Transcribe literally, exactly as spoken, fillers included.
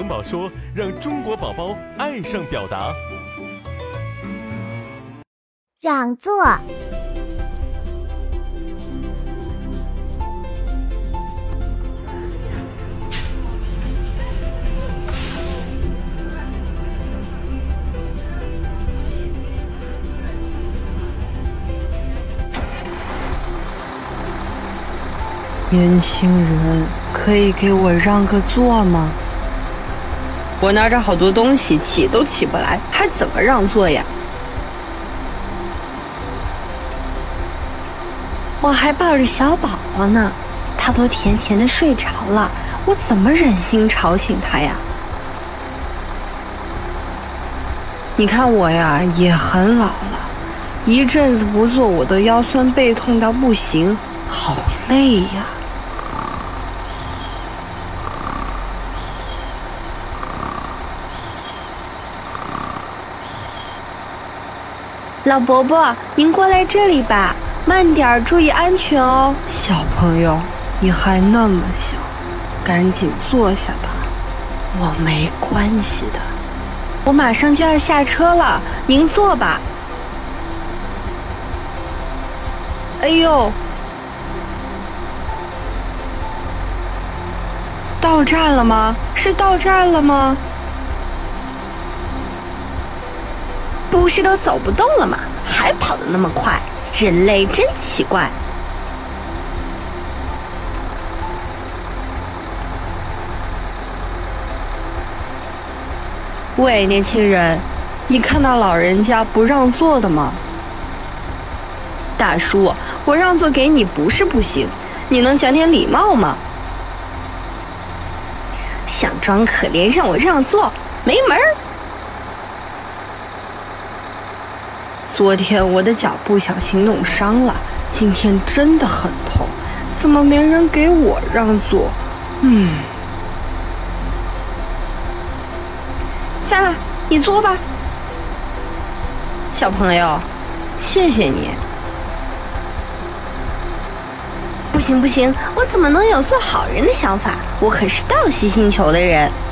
萌宝说，让中国宝宝爱上表达。 让座。 年轻人，可以给我让个座吗？我拿着好多东西，起都起不来，还怎么让座呀？我还抱着小宝宝呢，他都甜甜的睡着了，我怎么忍心吵醒他呀？你看我呀，也很老了，一阵子不坐，我的腰酸背痛到不行，好累呀。老伯伯，您过来这里吧，慢点，注意安全哦。小朋友，你还那么小，赶紧坐下吧，我没关系的，我马上就要下车了，您坐吧。哎呦，到站了吗？是到站了吗？不是都走不动了吗？还跑得那么快，人类真奇怪。喂，年轻人，你看到老人家不让座的吗？大叔，我让座给你不是不行，你能讲点礼貌吗？想装可怜让我让座，没门儿！昨天我的脚不小心弄伤了，今天真的很痛，怎么没人给我让座？嗯，算了，你坐吧。小朋友，谢谢你。不行不行，我怎么能有做好人的想法？我可是道西星球的人。